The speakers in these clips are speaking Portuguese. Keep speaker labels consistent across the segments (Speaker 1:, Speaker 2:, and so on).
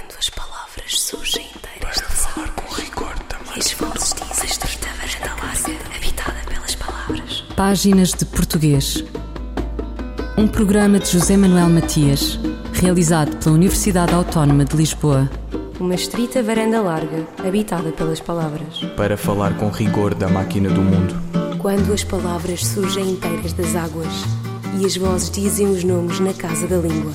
Speaker 1: Quando as palavras surgem inteiras para falar com rigor também. E as vozes dizem estreita varanda larga, habitada pelas palavras.
Speaker 2: Páginas de Português. Um programa de José Manuel Matias, realizado pela Universidade Autónoma de Lisboa.
Speaker 1: Uma estreita varanda larga, habitada pelas palavras.
Speaker 3: Para falar com rigor da máquina do mundo.
Speaker 1: Quando as palavras surgem inteiras das águas e as vozes dizem os nomes na casa da língua.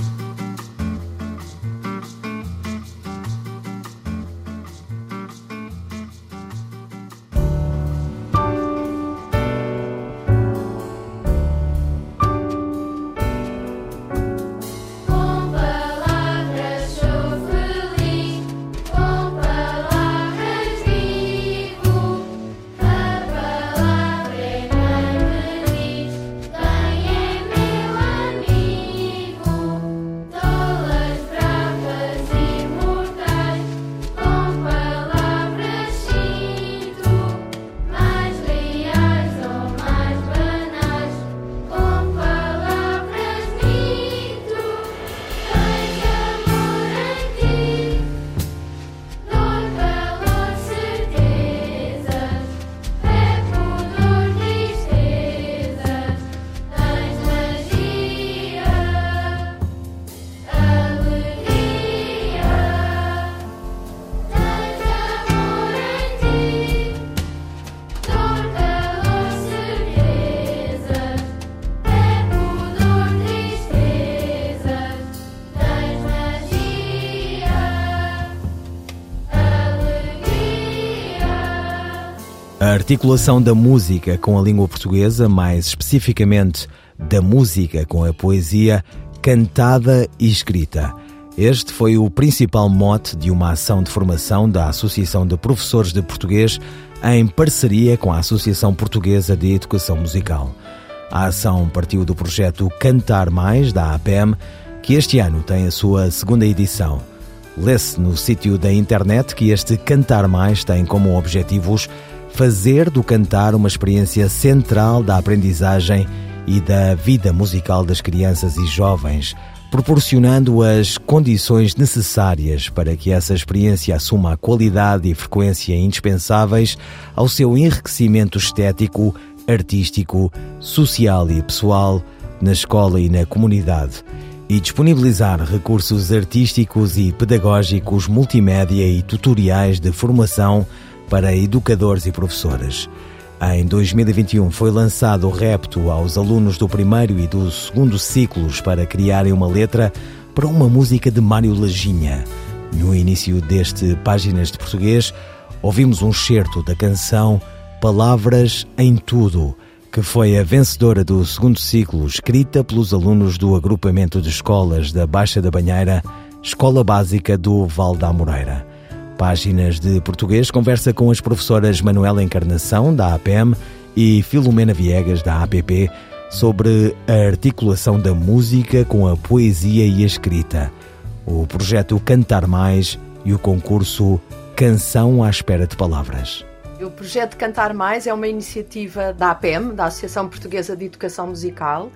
Speaker 4: A articulação da música com a língua portuguesa, mais especificamente da música com a poesia, cantada e escrita. Este foi o principal mote de uma ação de formação da Associação de Professores de Português em parceria com a Associação Portuguesa de Educação Musical. A ação partiu do projeto Cantar Mais, da APEM, que este ano tem a sua segunda edição. Lê-se no sítio da internet que este Cantar Mais tem como objetivos fazer do cantar uma experiência central da aprendizagem e da vida musical das crianças e jovens, proporcionando as condições necessárias para que essa experiência assuma a qualidade e frequência indispensáveis ao seu enriquecimento estético, artístico, social e pessoal na escola e na comunidade, e disponibilizar recursos artísticos e pedagógicos multimédia e tutoriais de formação para educadores e professores. Em 2021 foi lançado o repto aos alunos do primeiro e do segundo ciclos para criarem uma letra para uma música de Mário Laginha. No início deste Páginas de Português, ouvimos um excerto da canção Palavras em Tudo, que foi a vencedora do segundo ciclo, escrita pelos alunos do agrupamento de escolas da Baixa da Banheira, Escola Básica do Val da Amoreira. Páginas de Português conversa com as professoras Manuela Encarnação, da APEM, e Filomena Viegas, da APP, sobre a articulação da música com a poesia e a escrita, o projeto Cantar Mais e o concurso Canção à Espera de Palavras.
Speaker 5: O projeto Cantar Mais é uma iniciativa da APEM, da Associação Portuguesa de Educação Musical.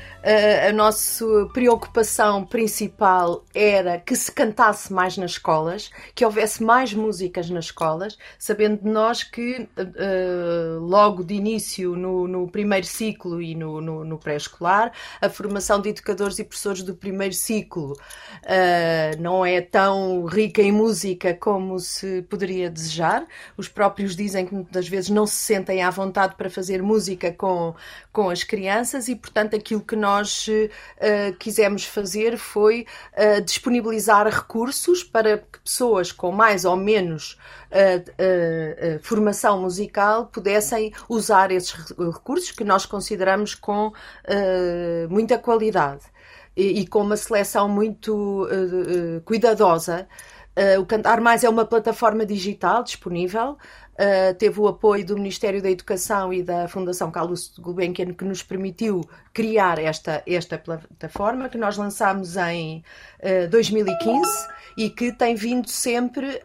Speaker 5: A nossa preocupação principal era que se cantasse mais nas escolas, que houvesse mais músicas nas escolas, sabendo de nós que logo de início no primeiro ciclo e no pré-escolar, a formação de educadores e professores do primeiro ciclo não é tão rica em música como se poderia desejar. Os próprios dizem que muitas vezes não se sentem à vontade para fazer música com as crianças e, portanto, aquilo que nós quisemos fazer foi disponibilizar recursos para que pessoas com mais ou menos formação musical pudessem usar esses recursos que nós consideramos com muita qualidade e com uma seleção muito cuidadosa. O Cantar Mais é uma plataforma digital disponível. Teve o apoio do Ministério da Educação e da Fundação Carlos Gulbenkian, que nos permitiu criar esta plataforma, que nós lançámos em 2015 e que tem vindo sempre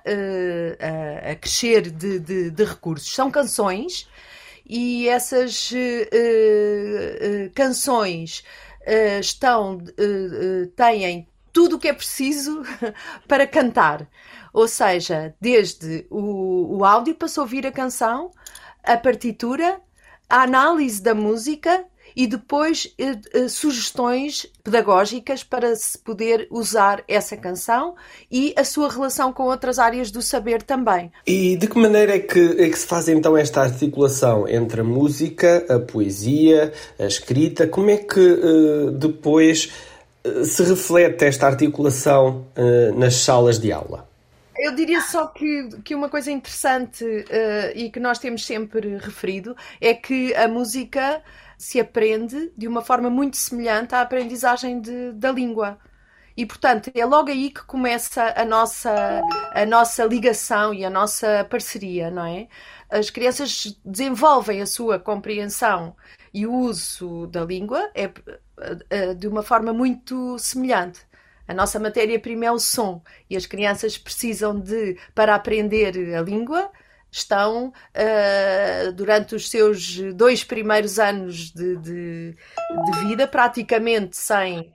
Speaker 5: a crescer de recursos. São canções e essas canções têm tudo o que é preciso para cantar. Ou seja, desde o áudio para se ouvir a canção, a partitura, a análise da música e depois sugestões pedagógicas para se poder usar essa canção e a sua relação com outras áreas do saber também.
Speaker 6: E de que maneira é que se faz então esta articulação entre a música, a poesia, a escrita? Como é que depois se reflete esta articulação nas salas de aula?
Speaker 5: Eu diria só que uma coisa interessante e que nós temos sempre referido é que a música se aprende de uma forma muito semelhante à aprendizagem da língua. E, portanto, é logo aí que começa a nossa ligação e a nossa parceria, não é? As crianças desenvolvem a sua compreensão e o uso da língua de uma forma muito semelhante. A nossa matéria-prima é o som e as crianças precisam para aprender a língua, estão durante os seus 2 primeiros anos de vida praticamente sem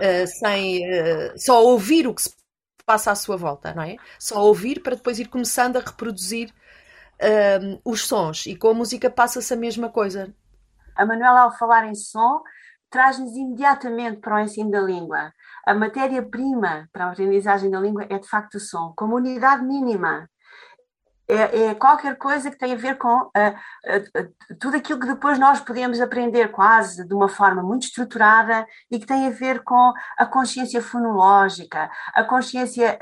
Speaker 5: só ouvir o que se passa à sua volta, não é? Só ouvir para depois ir começando a reproduzir os sons, e com a música passa-se a mesma coisa.
Speaker 7: A Manuela, ao falar em som, traz-nos imediatamente para o ensino da língua. A matéria-prima para a aprendizagem da língua é de facto o som, como unidade mínima. É qualquer coisa que tem a ver com tudo aquilo que depois nós podemos aprender quase de uma forma muito estruturada e que tem a ver com a consciência fonológica, a consciência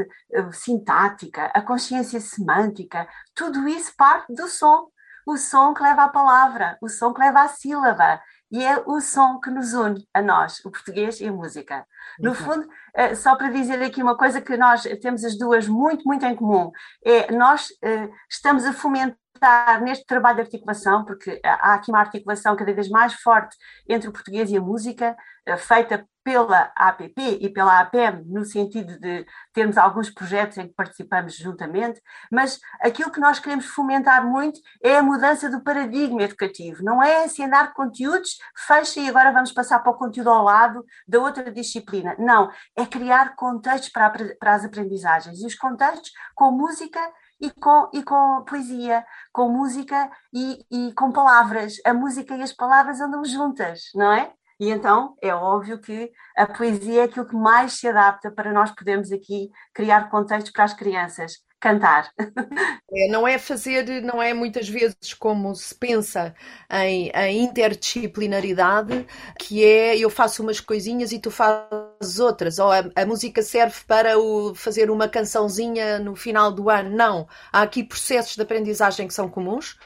Speaker 7: sintática, a consciência semântica. Tudo isso parte do som. O som que leva à palavra, o som que leva à sílaba. E é o som que nos une a nós, o português e a música. No fundo, só para dizer aqui uma coisa que nós temos as duas muito, muito em comum, nós estamos a fomentar neste trabalho de articulação, porque há aqui uma articulação cada vez mais forte entre o português e a música, feita pela APP e pela APEM, no sentido de termos alguns projetos em que participamos juntamente, mas aquilo que nós queremos fomentar muito é a mudança do paradigma educativo. Não é ensinar conteúdos, fecha e agora vamos passar para o conteúdo ao lado da outra disciplina. Não, é criar contextos para as aprendizagens. E os contextos com música e com poesia, com música e com palavras. A música e as palavras andam juntas, não é? E então é óbvio que a poesia é aquilo que mais se adapta para nós podermos aqui criar contextos para as crianças, cantar.
Speaker 5: Não é muitas vezes como se pensa em interdisciplinaridade, que é eu faço umas coisinhas e tu fazes outras, ou a música serve para fazer uma cançãozinha no final do ano. Não, há aqui processos de aprendizagem que são comuns.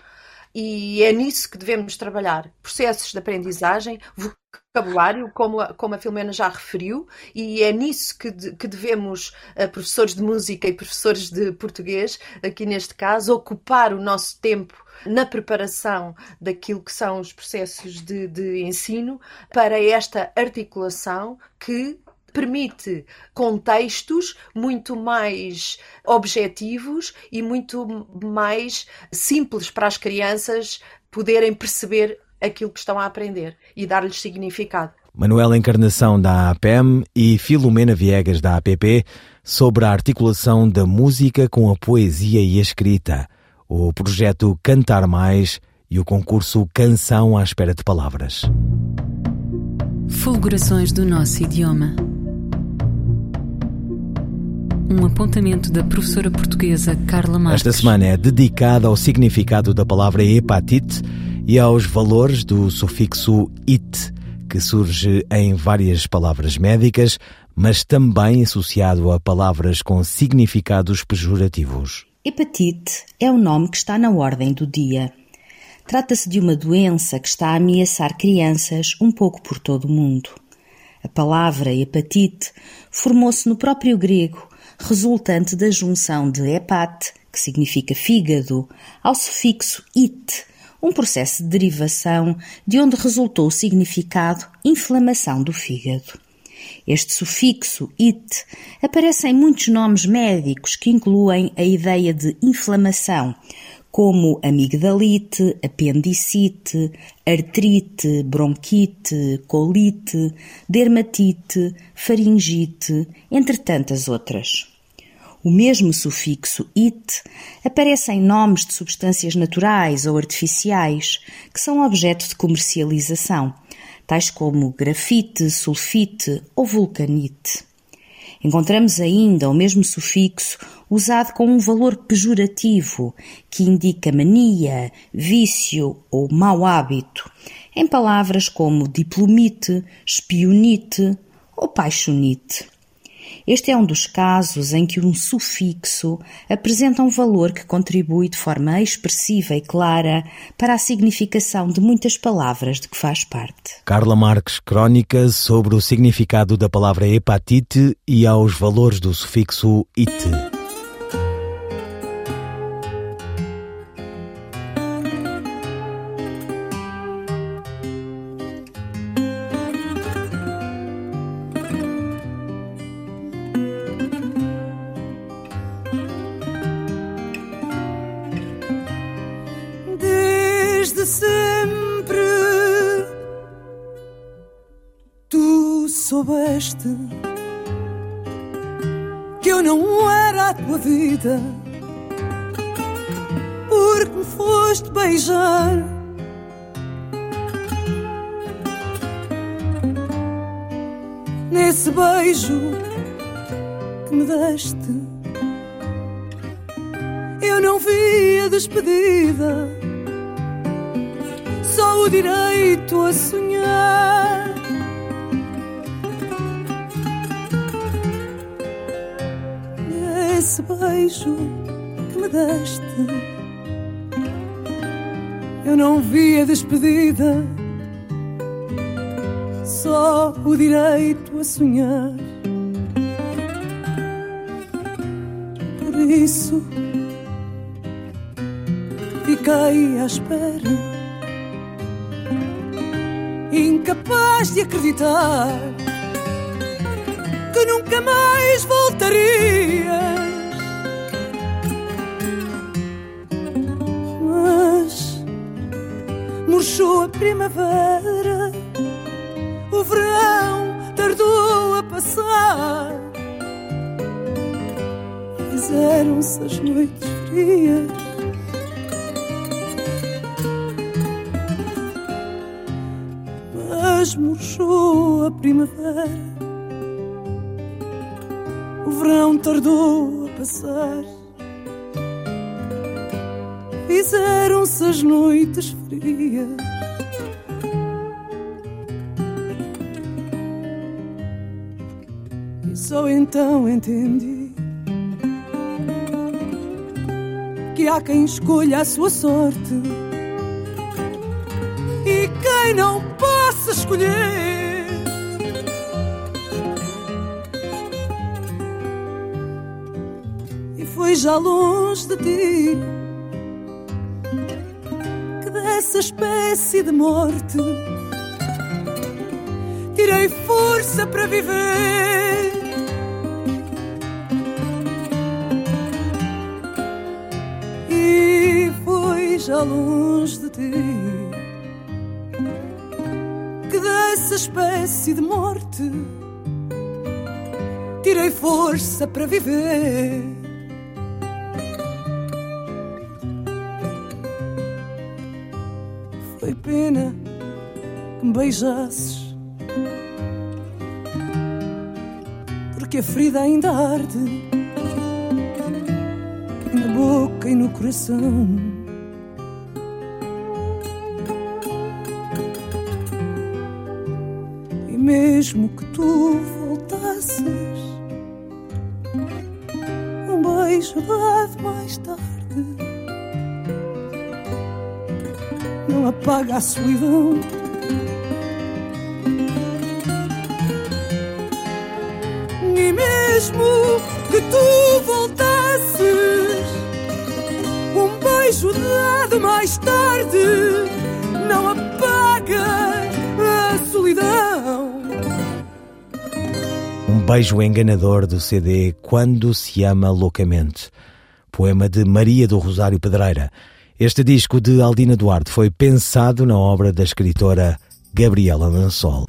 Speaker 5: E é nisso que devemos trabalhar, processos de aprendizagem, vocabulário, como a Filomena já referiu, e é nisso que devemos, professores de música e professores de português, aqui neste caso, ocupar o nosso tempo na preparação daquilo que são os processos de ensino para esta articulação que permite contextos muito mais objetivos e muito mais simples para as crianças poderem perceber aquilo que estão a aprender e dar-lhes significado.
Speaker 4: Manuela Encarnação, da APEM, e Filomena Viegas, da APP, sobre a articulação da música com a poesia e a escrita, o projeto Cantar Mais e o concurso Canção à Espera de Palavras.
Speaker 2: Fulgurações do nosso idioma. Um apontamento da professora portuguesa Carla Marques.
Speaker 4: Esta semana é dedicada ao significado da palavra hepatite e aos valores do sufixo -ite, que surge em várias palavras médicas, mas também associado a palavras com significados pejorativos.
Speaker 8: Hepatite é o nome que está na ordem do dia. Trata-se de uma doença que está a ameaçar crianças um pouco por todo o mundo. A palavra hepatite formou-se no próprio grego, resultante da junção de hepate, que significa fígado, ao sufixo -ite, um processo de derivação de onde resultou o significado inflamação do fígado. Este sufixo -ite aparece em muitos nomes médicos que incluem a ideia de inflamação, como amigdalite, apendicite, artrite, bronquite, colite, dermatite, faringite, entre tantas outras. O mesmo sufixo -ite aparece em nomes de substâncias naturais ou artificiais que são objeto de comercialização, tais como grafite, sulfite ou vulcanite. Encontramos ainda o mesmo sufixo usado com um valor pejorativo que indica mania, vício ou mau hábito, em palavras como diplomite, espionite ou paixonite. Este é um dos casos em que um sufixo apresenta um valor que contribui de forma expressiva e clara para a significação de muitas palavras de que faz parte.
Speaker 4: Carla Marques, crónica sobre o significado da palavra hepatite e aos valores do sufixo -ite.
Speaker 9: Desde sempre tu soubeste que eu não era a tua vida, porque me foste beijar nesse beijo que me deste. Eu não vi a despedida, só o direito a sonhar. Esse beijo que me deste, eu não vi a despedida, só o direito a sonhar. Por isso fiquei à espera, incapaz de acreditar que nunca mais voltarias. Mas murchou a primavera, o verão tardou a passar, fizeram-se as noites frias, mas murchou a primavera, o verão tardou a passar, fizeram-se as noites frias. E só então entendi que há quem escolha a sua sorte e quem não possa escolher. E foi já longe de ti que dessa espécie de morte tirei força para viver. E foi já longe de ti que dessa espécie de morte tirei força para viver. Foi pena que me beijasses, porque a ferida ainda arde na boca e no coração. E mesmo que tu voltasses, um beijo dado mais tarde não apaga a solidão. E mesmo que tu voltasses, um beijo dado mais tarde não apaga a solidão.
Speaker 4: Um beijo enganador do CD Quando se ama loucamente, poema de Maria do Rosário Pedreira, Este disco de Aldina Duarte foi pensado na obra da escritora Gabriela Lansol.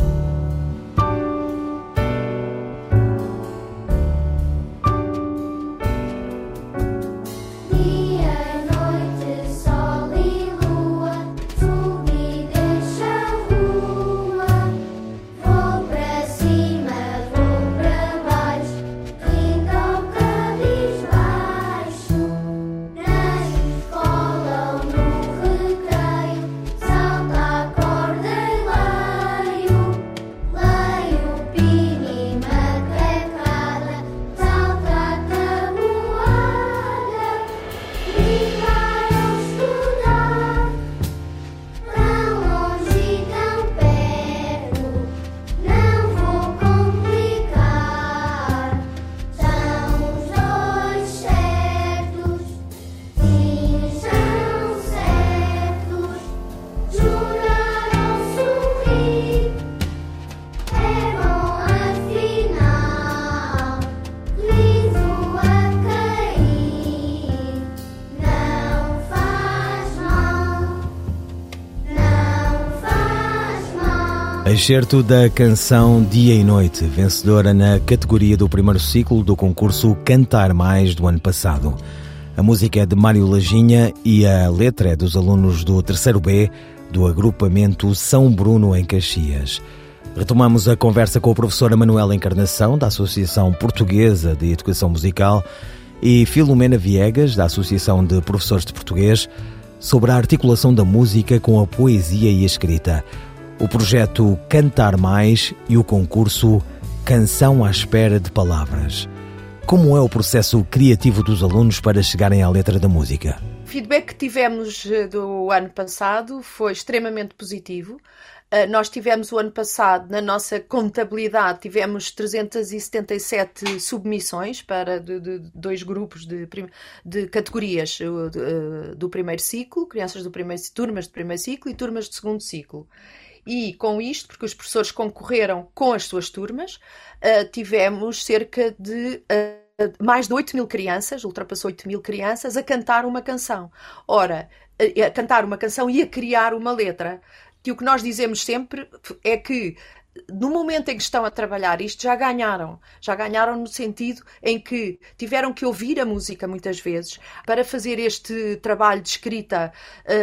Speaker 4: Excerto da canção Dia e Noite, vencedora na categoria do primeiro ciclo do concurso Cantar Mais do ano passado. A música é de Mário Lajinha e a letra é dos alunos do 3º B do agrupamento São Bruno em Caxias. Retomamos a conversa com a professora Manuela Encarnação, da Associação Portuguesa de Educação Musical, e Filomena Viegas, da Associação de Professores de Português, sobre a articulação da música com a poesia e a escrita, o projeto Cantar Mais e o concurso Canção à Espera de Palavras. Como é o processo criativo dos alunos para chegarem à letra da música?
Speaker 5: O feedback que tivemos do ano passado foi extremamente positivo. Nós tivemos o ano passado, na nossa contabilidade, tivemos 377 submissões para dois grupos de categorias do primeiro ciclo, crianças turmas do primeiro ciclo e turmas do segundo ciclo. E com isto, porque os professores concorreram com as suas turmas, tivemos cerca de mais de 8.000 crianças, ultrapassou 8.000 crianças, a cantar uma canção. Ora, a cantar uma canção e a criar uma letra. Que o que nós dizemos sempre é que no momento em que estão a trabalhar isto, já ganharam no sentido em que tiveram que ouvir a música muitas vezes para fazer este trabalho de escrita,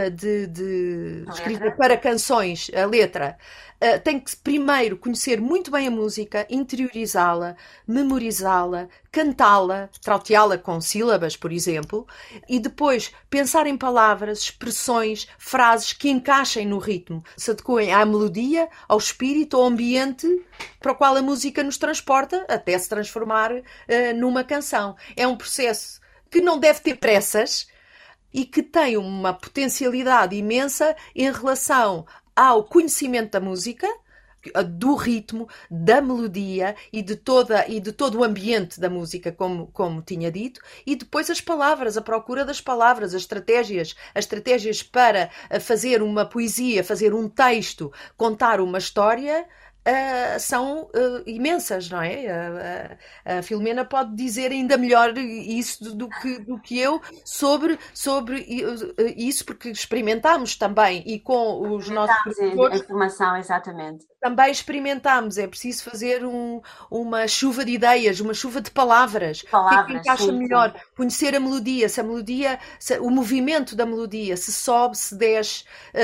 Speaker 5: escrita para canções, a letra. Tem que primeiro conhecer muito bem a música, interiorizá-la, memorizá-la, cantá-la, trauteá-la com sílabas, por exemplo, e depois pensar em palavras, expressões, frases que encaixem no ritmo, se adequem à melodia, ao espírito, ao ambiente para o qual a música nos transporta, até se transformar numa canção. É um processo que não deve ter pressas e que tem uma potencialidade imensa em relação ao conhecimento da música, do ritmo, da melodia e de todo o ambiente da música, como tinha dito, e depois as palavras, a procura das palavras, as estratégias para fazer uma poesia, fazer um texto, contar uma história, são imensas, não é? A Filomena pode dizer ainda melhor isso do que eu sobre isso, porque experimentámos também e com os nossos professores.
Speaker 7: A informação, exatamente.
Speaker 5: Também experimentámos, é preciso fazer uma chuva de ideias, uma chuva de palavras. O que é que encaixa melhor? Sim. Conhecer a melodia, o movimento da melodia, se sobe, se desce,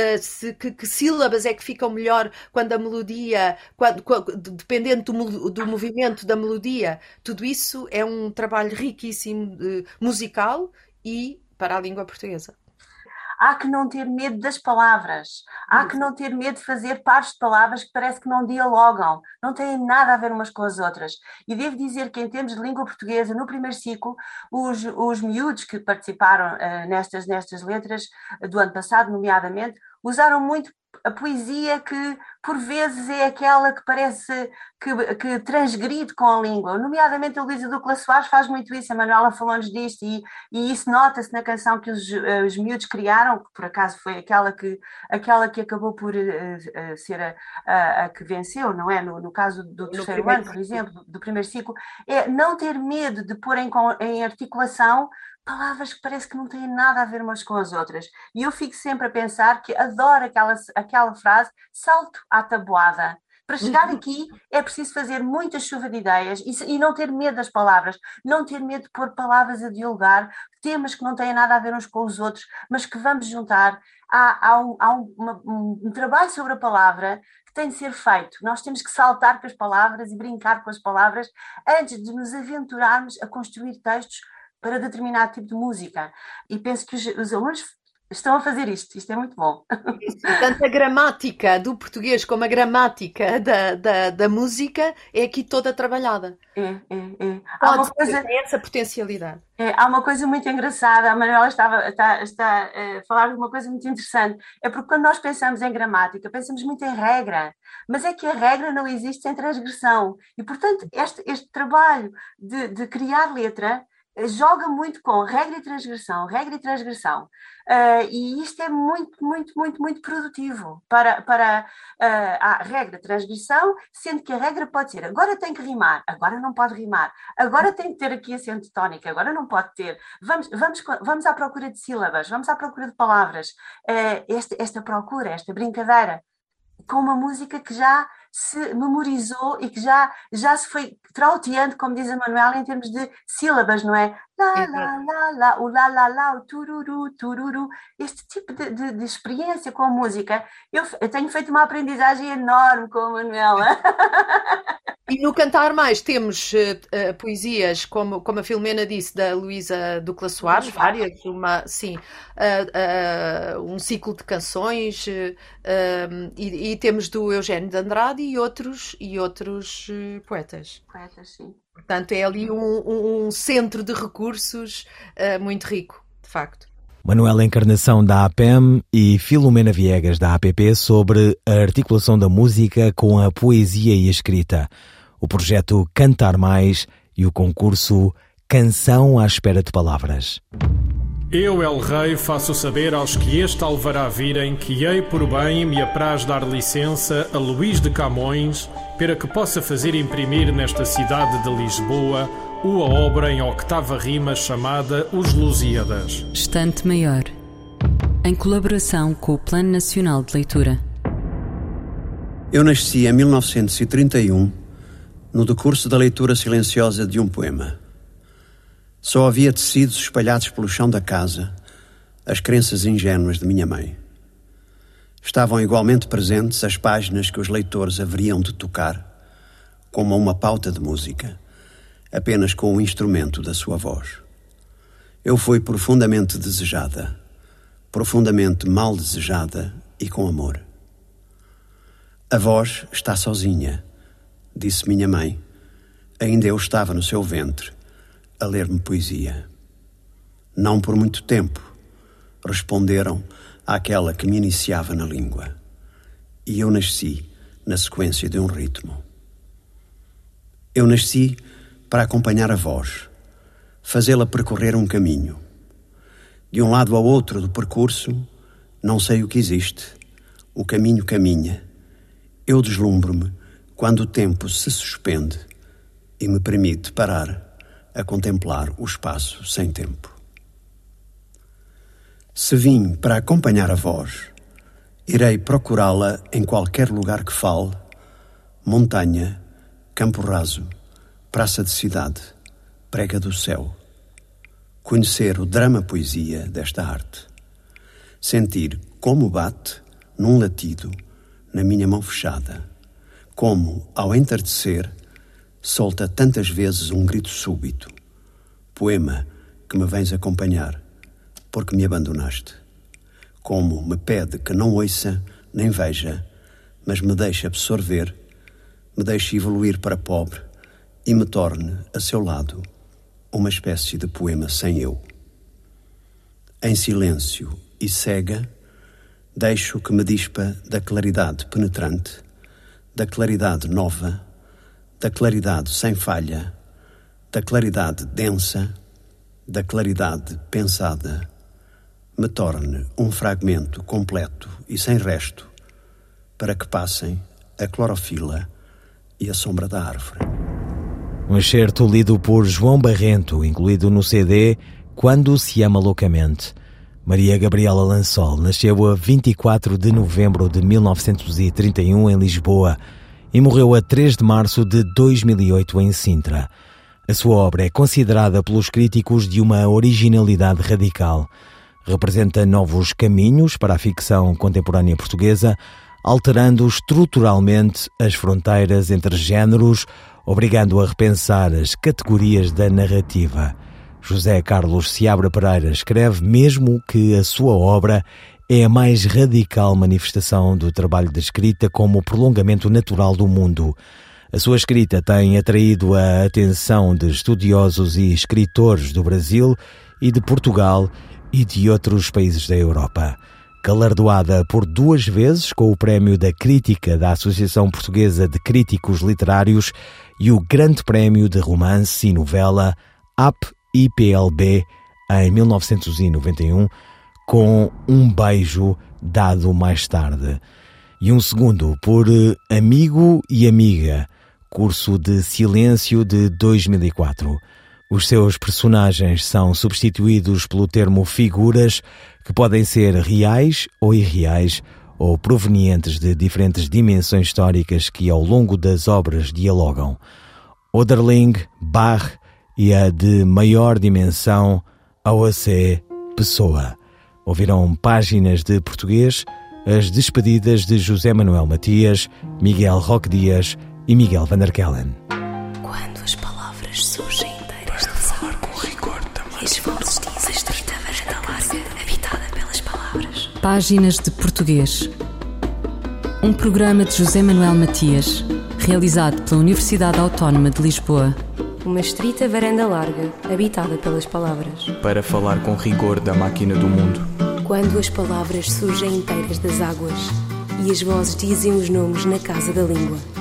Speaker 5: que sílabas é que ficam melhor quando a melodia, dependendo do movimento da melodia. Tudo isso é um trabalho riquíssimo musical e para a língua portuguesa.
Speaker 7: Há que não ter medo das palavras, há que não ter medo de fazer pares de palavras que parece que não dialogam, não têm nada a ver umas com as outras. E devo dizer que em termos de língua portuguesa, no primeiro ciclo, os miúdos que participaram nestas letras do ano passado, nomeadamente, usaram muito a poesia que, por vezes, é aquela que parece que transgride com a língua. Nomeadamente, a Luísa Ducla Soares faz muito isso, a Manuela falou-nos disto, e isso nota-se na canção que os miúdos criaram, que por acaso foi aquela que acabou por ser a que venceu, não é? No caso do terceiro ano, por exemplo, do primeiro ciclo, é não ter medo de pôr em articulação palavras que parece que não têm nada a ver umas com as outras. E eu fico sempre a pensar que adoro aquela frase, salto à tabuada. Para chegar aqui é preciso fazer muita chuva de ideias e não ter medo das palavras, não ter medo de pôr palavras a dialogar, temas que não têm nada a ver uns com os outros, mas que vamos juntar. Há um trabalho sobre a palavra que tem de ser feito. Nós temos que saltar com as palavras e brincar com as palavras antes de nos aventurarmos a construir textos para determinado tipo de música. E penso que os alunos estão a fazer isto é muito bom.
Speaker 5: Tanto a gramática do português como a gramática da música é aqui toda trabalhada. Há uma coisa, tem essa potencialidade.
Speaker 7: Há uma coisa muito engraçada, a Manuela está a falar de uma coisa muito interessante, é porque quando nós pensamos em gramática, pensamos muito em regra, mas é que a regra não existe sem transgressão, e portanto este trabalho de criar letra joga muito com regra e transgressão, e isto é muito, muito, muito, muito produtivo para a regra, transgressão, sendo que a regra pode ser, agora tem que rimar, agora não pode rimar, agora tem que ter aqui acento tónico, agora não pode ter, vamos à procura de sílabas, vamos à procura de palavras, esta procura, esta brincadeira, com uma música que já se memorizou e que já se foi trauteando, como diz a Manuela, em termos de sílabas, não é? Lá, lá, lá, lá, o lá, lá, lá, o tururu, tururu. Este tipo de experiência com a música. Eu tenho feito uma aprendizagem enorme com a Manuela.
Speaker 5: E no Cantar Mais temos poesias, como a Filomena disse, da Luísa Ducla Soares, várias, um ciclo de canções, e temos do Eugénio de Andrade e outros poetas.
Speaker 7: Poetas, sim.
Speaker 5: Portanto, é ali um centro de recursos muito rico, de facto.
Speaker 4: Manuela Encarnação da APEM e Filomena Viegas da APP sobre a articulação da música com a poesia e a escrita, o projeto Cantar Mais e o concurso Canção à Espera de Palavras.
Speaker 10: Eu, El Rei, faço saber aos que este alvará virem que hei por bem me apraz dar licença a Luís de Camões para que possa fazer imprimir nesta cidade de Lisboa a obra em octava rima chamada Os Lusíadas.
Speaker 2: Estante Maior, em colaboração com o Plano Nacional de Leitura.
Speaker 11: Eu nasci em 1931 no decurso da leitura silenciosa de um poema. Só havia tecidos espalhados pelo chão da casa, as crenças ingênuas de minha mãe. Estavam igualmente presentes as páginas que os leitores haveriam de tocar, como uma pauta de música, apenas com o instrumento da sua voz. Eu fui profundamente desejada, profundamente mal desejada e com amor. A voz está sozinha, disse minha mãe. Ainda eu estava no seu ventre, a ler-me poesia. Não por muito tempo, responderam àquela que me iniciava na língua. E eu nasci na sequência de um ritmo. Eu nasci para acompanhar a voz, fazê-la percorrer um caminho. De um lado ao outro do percurso, não sei o que existe. O caminho caminha. Eu deslumbro-me quando o tempo se suspende e me permite parar a contemplar o espaço sem tempo. Se vim para acompanhar a voz, irei procurá-la em qualquer lugar que fale, montanha, campo raso, praça de cidade, prega do céu. Conhecer o drama-poesia desta arte. Sentir como bate, num latido, na minha mão fechada. Como, ao entardecer, solta tantas vezes um grito súbito. Poema que me vens acompanhar, porque me abandonaste. Como me pede que não ouça nem veja, mas me deixe absorver, me deixe evoluir para pobre e me torne, a seu lado, uma espécie de poema sem eu. Em silêncio e cega, deixo que me dispa da claridade penetrante, da claridade nova, da claridade sem falha, da claridade densa, da claridade pensada, me torne um fragmento completo e sem resto, para que passem a clorofila e a sombra da árvore.
Speaker 4: Um excerto lido por João Barrento, incluído no CD Quando se ama loucamente. Maria Gabriela Lansol nasceu a 24 de novembro de 1931 em Lisboa e morreu a 3 de março de 2008 em Sintra. A sua obra é considerada pelos críticos de uma originalidade radical. Representa novos caminhos para a ficção contemporânea portuguesa, alterando estruturalmente as fronteiras entre géneros, obrigando a repensar as categorias da narrativa. José Carlos Seabra Pereira escreve mesmo que a sua obra é a mais radical manifestação do trabalho de escrita como prolongamento natural do mundo. A sua escrita tem atraído a atenção de estudiosos e escritores do Brasil e de Portugal e de outros países da Europa. Galardoada por 2 vezes com o Prémio da Crítica da Associação Portuguesa de Críticos Literários e o Grande Prémio de Romance e Novela AP-IPLB em 1991, com Um Beijo dado mais tarde. E um segundo por Amigo e Amiga, curso de Silêncio de 2004. Os seus personagens são substituídos pelo termo figuras, que podem ser reais ou irreais, ou provenientes de diferentes dimensões históricas que ao longo das obras dialogam. Oderling, Bach e a de maior dimensão, OAC, Pessoa. Ouviram páginas de português, as despedidas de José Manuel Matias, Miguel Roque Dias e Miguel van der Kellen.
Speaker 1: Quando as palavras surgem inteiras de falar com rigor também. E as vozes dizem estreita varanda larga, habitada pelas palavras.
Speaker 2: Páginas de português. Um programa de José Manuel Matias, realizado pela Universidade Autónoma de Lisboa.
Speaker 1: Uma estreita varanda larga, habitada pelas palavras.
Speaker 3: Para falar com rigor da máquina do mundo.
Speaker 1: Quando as palavras surgem inteiras das águas e as vozes dizem os nomes na casa da língua.